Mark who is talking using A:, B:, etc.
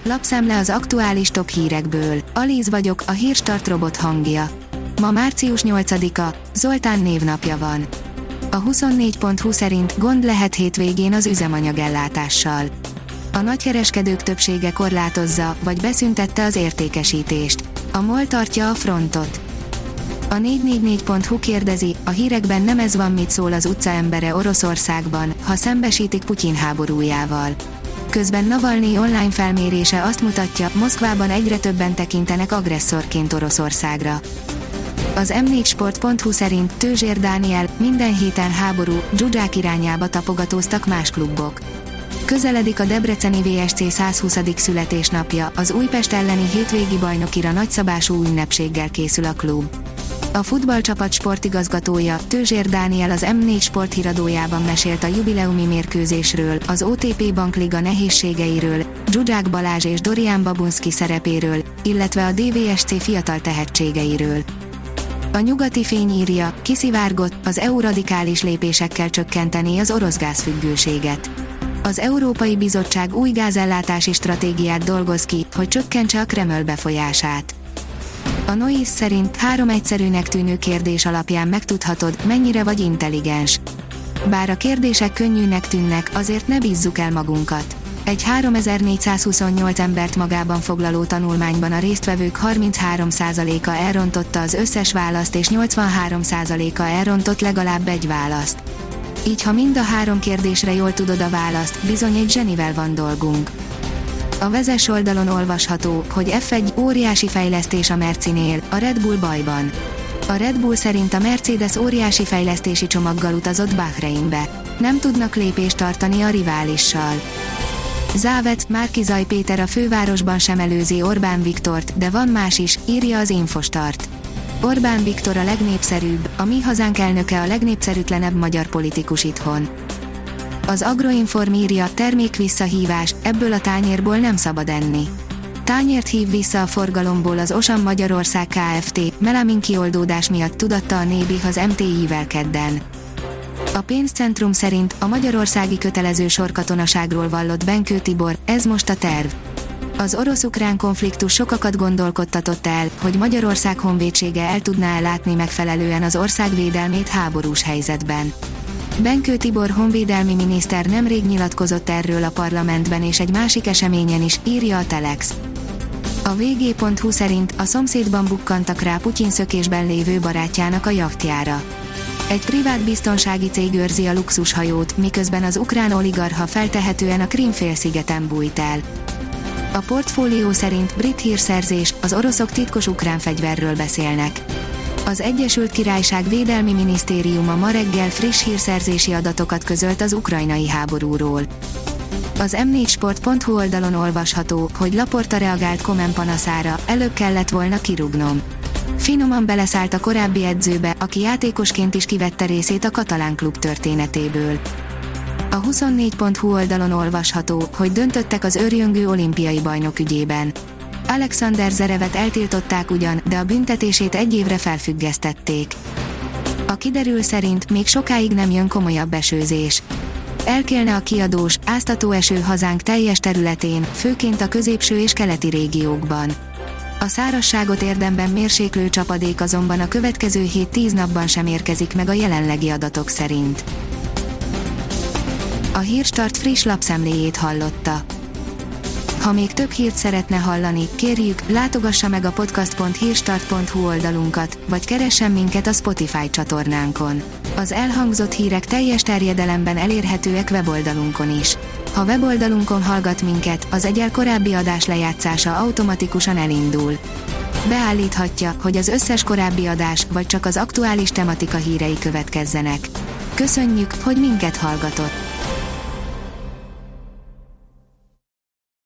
A: Lapszemle az aktuális top hírekből. Alíz vagyok, a Hírstart robot hangja. Ma március 8-a, Zoltán névnapja van. A 24.20 szerint gond lehet hétvégén az üzemanyagellátással. A nagykereskedők többsége korlátozza, vagy beszüntette az értékesítést. A MOL tartja a frontot. A 444.hu kérdezi, a hírekben nem ez van, mit szól az utcaembere Oroszországban, ha szembesítik Putyin háborújával. Közben Navalnyi online felmérése azt mutatja, Moszkvában egyre többen tekintenek agresszorként Oroszországra. Az m4sport.hu szerint Tőzsér Dániel, minden héten háború, dzsuzsák irányába tapogatóztak más klubok. Közeledik a debreceni VSC 120. születésnapja, az Újpest elleni hétvégi bajnokira nagyszabású ünnepséggel készül a klub. A futballcsapat sportigazgatója, Tőzsér Dániel az M4 Sport híradójában mesélt a jubileumi mérkőzésről, az OTP Bankliga nehézségeiről, Zsuzsák Balázs és Dorian Babunszki szerepéről, illetve a DVSC fiatal tehetségeiről. A Nyugati Fény írja, kiszivárgott, az EU radikális lépésekkel csökkenteni az orosz gázfüggőséget. Az Európai Bizottság új gázellátási stratégiát dolgoz ki, hogy csökkentse a Kreml befolyását. A Noise szerint 3 egyszerűnek tűnő kérdés alapján megtudhatod, mennyire vagy intelligens. Bár a kérdések könnyűnek tűnnek, azért ne bízzuk el magunkat. Egy 3428 embert magában foglaló tanulmányban a résztvevők 33%-a elrontotta az összes választ és 83%-a elrontott legalább egy választ. Így ha mind a 3 kérdésre jól tudod a választ, bizony egy zsenivel van dolgunk. A Vezes oldalon olvasható, hogy F1 óriási fejlesztés a Mercinél, a Red Bull bajban. A Red Bull szerint a Mercedes óriási fejlesztési csomaggal utazott Bahreinbe. Nem tudnak lépést tartani a riválissal. Závec, Márki-Zay Péter a fővárosban sem előzi Orbán Viktort, de van más is, írja az Infostart. Orbán Viktor a legnépszerűbb, a Mi Hazánk elnöke a legnépszerűtlenebb magyar politikus itthon. Az Agroinform írja, termék visszahívás, ebből a tányérból nem szabad enni. Tányért hív vissza a forgalomból az Osam Magyarország Kft. Melamin kioldódás miatt tudatta a Nébih az MTI-vel kedden. A pénzcentrum szerint a magyarországi kötelező sorkatonaságról vallott Benkő Tibor, ez most a terv. Az orosz-ukrán konfliktus sokakat gondolkodtatott el, hogy Magyarország honvédsége el tudná ellátni megfelelően az ország védelmét háborús helyzetben. Benkő Tibor honvédelmi miniszter nemrég nyilatkozott erről a parlamentben és egy másik eseményen is, írja a Telex. A vg.hu szerint a szomszédban bukkantak rá Putyin szökésben lévő barátjának a jachtjára. Egy privát biztonsági cég őrzi a luxushajót, miközben az ukrán oligarcha feltehetően a Krím-félszigeten bújt el. A Portfólió szerint brit hírszerzés, az oroszok titkos ukrán fegyverről beszélnek. Az Egyesült Királyság Védelmi Minisztériuma ma reggel friss hírszerzési adatokat közölt az ukrajnai háborúról. Az m4sport.hu oldalon olvasható, hogy Laporta reagált Koeman panaszára, előbb kellett volna kirúgnom. Finoman beleszállt a korábbi edzőbe, aki játékosként is kivette részét a katalán klub történetéből. A 24.hu oldalon olvasható, hogy döntöttek az őrjöngő olimpiai bajnok ügyében. Alexander Zerevet eltiltották ugyan, de a büntetését 1 évre felfüggesztették. A kiderül szerint még sokáig nem jön komolyabb esőzés. Elkélne a kiadós, áztató eső hazánk teljes területén, főként a középső és keleti régiókban. A szárazságot érdemben mérséklő csapadék azonban a következő 7-10 napban sem érkezik meg a jelenlegi adatok szerint. A Hírstart friss lapszemléjét hallotta. Ha még több hírt szeretne hallani, kérjük, látogassa meg a podcast.hírstart.hu oldalunkat, vagy keressen minket a Spotify csatornánkon. Az elhangzott hírek teljes terjedelemben elérhetőek weboldalunkon is. Ha weboldalunkon hallgat minket, az egyel korábbi adás lejátszása automatikusan elindul. Beállíthatja, hogy az összes korábbi adás, vagy csak az aktuális tematika hírei következzenek. Köszönjük, hogy minket hallgatott!